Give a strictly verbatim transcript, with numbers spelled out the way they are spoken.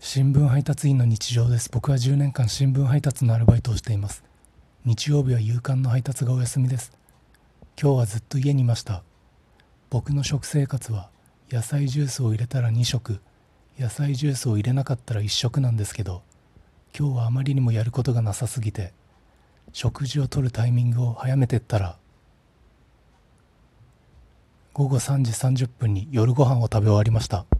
新聞配達員の日常です。僕はじゅうねんかん新聞配達のアルバイトをしています。日曜日は夕刊の配達がお休みです。今日はずっと家にいました。僕の食生活は野菜ジュースを入れたらに食、野菜ジュースを入れなかったらいち食なんですけど、今日はあまりにもやることがなさすぎて、食事をとるタイミングを早めてったら、ごごさんじさんじゅっぷんに夜ご飯を食べ終わりました。